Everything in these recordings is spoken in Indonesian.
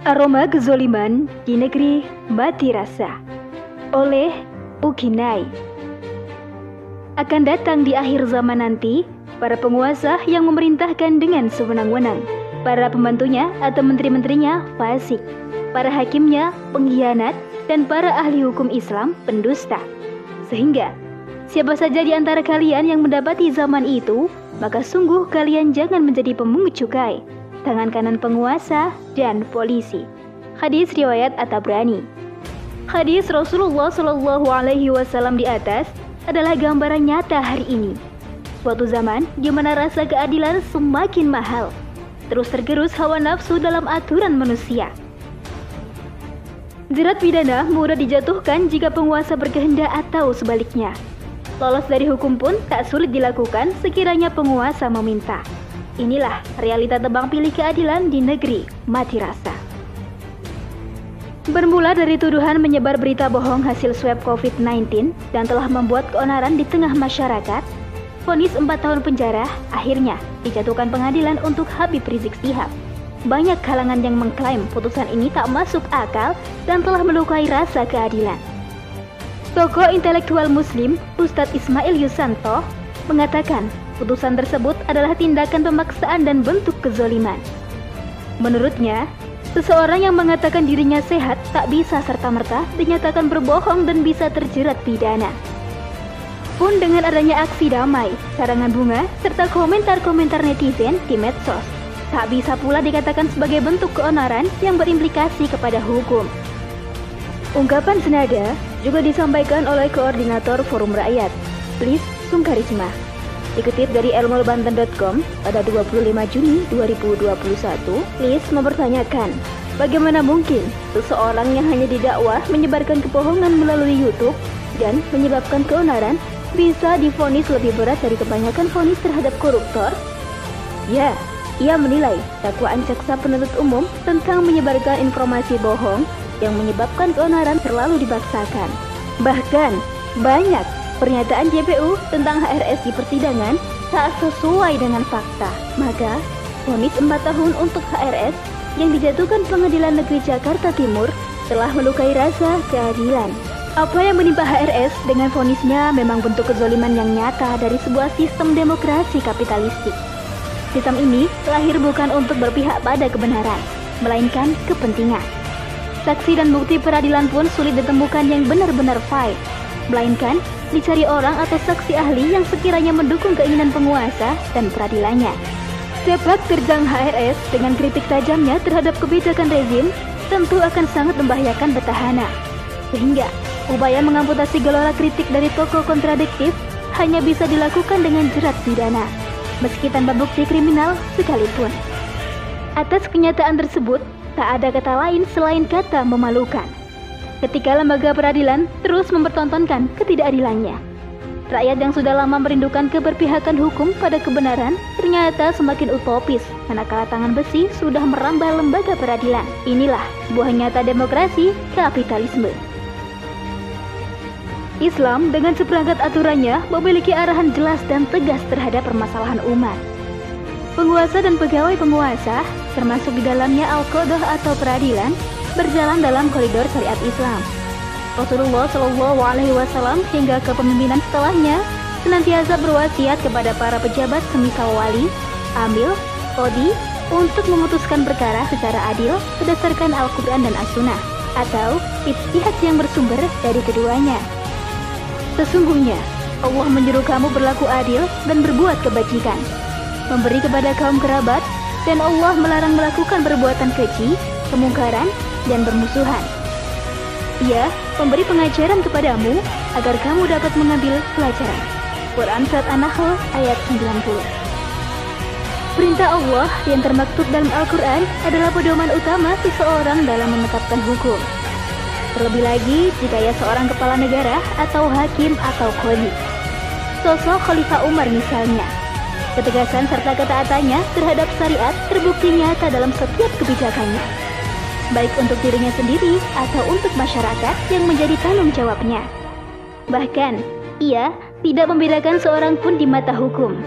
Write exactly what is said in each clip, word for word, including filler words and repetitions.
Aroma kezoliman di negeri mati rasa oleh Ukinai. Akan datang di akhir zaman nanti, para penguasa yang memerintahkan dengan sewenang-wenang, para pembantunya atau menteri-menterinya fasik, para hakimnya pengkhianat, dan para ahli hukum Islam pendusta. Sehingga, siapa saja di antara kalian yang mendapati zaman itu, maka sungguh kalian jangan menjadi pemungut cukai, tangan kanan penguasa dan polisi. Hadis riwayat At-Tabrani. Hadis Rasulullah Shallallahu Alaihi Wasallam di atas adalah gambaran nyata hari ini. Suatu zaman di mana rasa keadilan semakin mahal, terus tergerus hawa nafsu dalam aturan manusia. Jerat pidana mudah dijatuhkan jika penguasa berkehendak atau sebaliknya. Lolos dari hukum pun tak sulit dilakukan sekiranya penguasa meminta. Inilah realita tebang pilih keadilan di negeri mati rasa. Bermula dari tuduhan menyebar berita bohong hasil swab covid sembilan belas dan telah membuat keonaran di tengah masyarakat, vonis empat tahun penjara akhirnya dijatuhkan pengadilan untuk Habib Rizik Syihab. Banyak kalangan yang mengklaim putusan ini tak masuk akal dan telah melukai rasa keadilan. Tokoh intelektual Muslim, Ustadz Ismail Yusanto, mengatakan putusan tersebut adalah tindakan pemaksaan dan bentuk kezaliman. Menurutnya, seseorang yang mengatakan dirinya sehat tak bisa serta-merta dinyatakan berbohong dan bisa terjerat pidana. Pun dengan adanya aksi damai, karangan bunga, serta komentar-komentar netizen di medsos, tak bisa pula dikatakan sebagai bentuk keonaran yang berimplikasi kepada hukum. Ungkapan senada juga disampaikan oleh Koordinator Forum Rakyat, Plis Sungkarisma. Dikutip dari elmul banten dot com pada dua puluh lima Juni dua ribu dua puluh satu, Plis mempertanyakan, bagaimana mungkin seseorang yang hanya didakwa menyebarkan kebohongan melalui YouTube dan menyebabkan keonaran bisa divonis lebih berat dari kebanyakan vonis terhadap koruptor? Ya, ia menilai dakwaan jaksa penuntut umum tentang menyebarkan informasi bohong yang menyebabkan keonaran terlalu dipaksakan. Bahkan, banyak pernyataan J P U tentang H R S di persidangan tak sesuai dengan fakta. Maka, vonis empat tahun untuk H R S yang dijatuhkan Pengadilan Negeri Jakarta Timur telah melukai rasa keadilan. Apa yang menimpa H R S dengan vonisnya memang bentuk kezaliman yang nyata dari sebuah sistem demokrasi kapitalistik. Sistem ini lahir bukan untuk berpihak pada kebenaran, melainkan kepentingan. Saksi dan bukti peradilan pun sulit ditemukan yang benar-benar valid, melainkan dicari orang atau saksi ahli yang sekiranya mendukung keinginan penguasa dan peradilannya. Sepak terjang H R S dengan kritik tajamnya terhadap kebijakan rezim tentu akan sangat membahayakan petahana. Sehingga, upaya mengamputasi gelora kritik dari tokoh kontradiktif hanya bisa dilakukan dengan jerat pidana, meski tanpa bukti kriminal sekalipun. Atas kenyataan tersebut, tak ada kata lain selain kata memalukan. Ketika lembaga peradilan terus mempertontonkan ketidakadilannya, rakyat yang sudah lama merindukan keberpihakan hukum pada kebenaran ternyata semakin utopis manakala tangan besi sudah merambah lembaga peradilan. Inilah buah nyata demokrasi kapitalisme. Islam dengan seperangkat aturannya memiliki arahan jelas dan tegas terhadap permasalahan umat. Penguasa dan pegawai penguasa, termasuk di dalamnya Al-Qodoh atau peradilan, berjalan dalam koridor syariat Islam. Rasulullah Shallallahu Alaihi Wasallam hingga kepemimpinan setelahnya senantiasa berwasiat kepada para pejabat semisal wali, amil, qadhi untuk memutuskan perkara secara adil berdasarkan Al-Quran dan As-Sunnah atau ijtihad yang bersumber dari keduanya. Sesungguhnya Allah menyuruh kamu berlaku adil dan berbuat kebajikan, memberi kepada kaum kerabat, dan Allah melarang melakukan perbuatan keji, kemungkaran, dan bermusuhan. Ia memberi pengajaran kepadamu agar kamu dapat mengambil pelajaran. Quran Surat An-Nahl ayat sembilan puluh. Perintah Allah yang termaktub dalam Al-Quran adalah pedoman utama seseorang dalam menetapkan hukum. Terlebih lagi jika ia seorang kepala negara atau hakim atau qadhi. Sosok Khalifah Umar misalnya, ketegasan serta ketaatannya terhadap syariat terbukti nyata dalam setiap kebijakannya, baik untuk dirinya sendiri atau untuk masyarakat yang menjadi tanggung jawabnya. Bahkan, ia tidak membedakan seorang pun di mata hukum.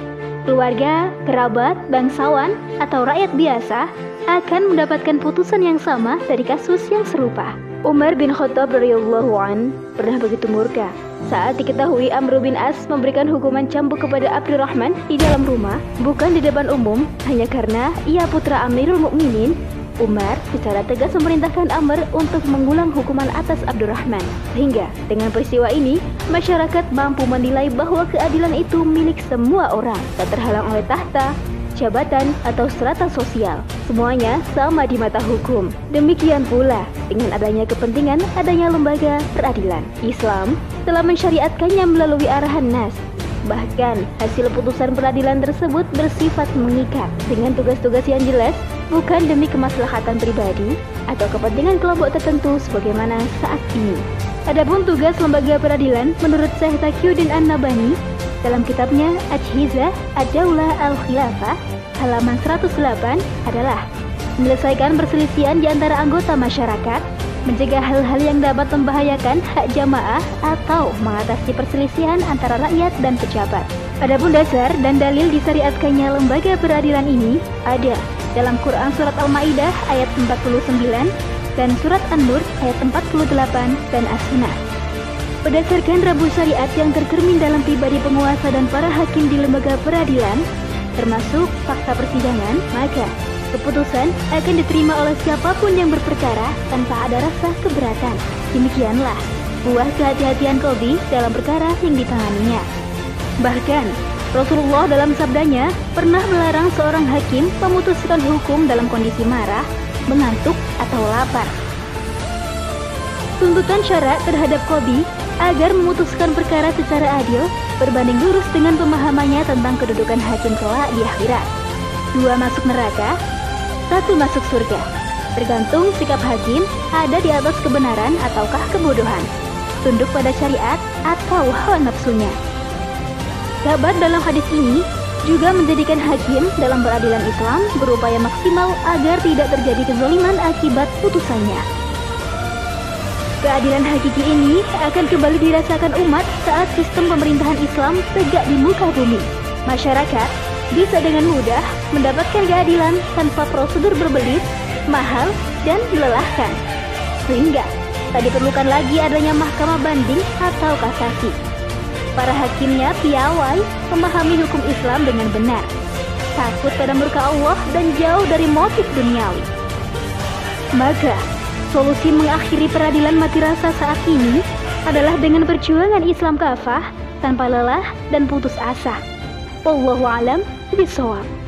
keluarga, kerabat, bangsawan, atau rakyat biasa akan mendapatkan putusan yang sama dari kasus yang serupa. Umar bin Khattab radhiyallahu an pernah begitu murka saat diketahui Amr bin As memberikan hukuman cambuk kepada Abdurrahman di dalam rumah, bukan di depan umum, hanya karena ia putra Amirul Mukminin. Umar secara tegas memerintahkan Amr untuk mengulang hukuman atas Abdurrahman. Sehingga dengan peristiwa ini, masyarakat mampu menilai bahwa keadilan itu milik semua orang, tak terhalang oleh tahta, jabatan, atau strata sosial. Semuanya sama di mata hukum. Demikian pula dengan adanya kepentingan adanya lembaga peradilan. Islam telah mensyariatkannya melalui arahan Nas. Bahkan hasil putusan peradilan tersebut bersifat mengikat dengan tugas-tugas yang jelas, bukan demi kemaslahatan pribadi atau kepentingan kelompok tertentu sebagaimana saat ini. Adapun tugas lembaga peradilan menurut Syekh Taqiyuddin An-Nabhani dalam kitabnya Ajhizah Ad-Daulah Al-Khilafah halaman seratus delapan adalah menyelesaikan perselisihan di antara anggota masyarakat, mencegah hal-hal yang dapat membahayakan hak jamaah atau mengatasi perselisihan antara rakyat dan pejabat. Adapun dasar dan dalil disyariatkannya lembaga peradilan ini ada dalam Quran Surat Al-Ma'idah ayat empat puluh sembilan dan Surat An-Nur ayat empat puluh delapan dan As-Sunnah. Berdasarkan rambu syariat yang tercermin dalam pribadi penguasa dan para hakim di lembaga peradilan, termasuk fakta persidangan, maka keputusan akan diterima oleh siapapun yang berperkara tanpa ada rasa keberatan. Demikianlah buah kehati-hatian qadhi dalam perkara yang ditanganinya. Bahkan Rasulullah dalam sabdanya pernah melarang seorang hakim memutuskan hukum dalam kondisi marah, mengantuk, atau lapar. Tuntutan syara terhadap qadhi agar memutuskan perkara secara adil berbanding lurus dengan pemahamannya tentang kedudukan hakim kelak di akhirat. Dua masuk neraka, satu masuk surga. Tergantung sikap hakim ada di atas kebenaran ataukah kebodohan, tunduk pada syariat atau hawa nafsunya. Kabar dalam hadis ini juga menjadikan hakim dalam peradilan Islam berupaya maksimal agar tidak terjadi kezaliman akibat putusannya. Keadilan hakiki ini akan kembali dirasakan umat saat sistem pemerintahan Islam tegak di muka bumi. Masyarakat bisa dengan mudah mendapatkan keadilan tanpa prosedur berbelit, mahal, dan melelahkan. Sehingga tak diperlukan lagi adanya mahkamah banding atau kasasi. Para hakimnya piawai memahami hukum Islam dengan benar, takut pada murka Allah dan jauh dari motif duniawi. Maka, solusi mengakhiri peradilan mati rasa saat ini adalah dengan perjuangan Islam kafah tanpa lelah dan putus asa. Wallahu a'lam bishawab.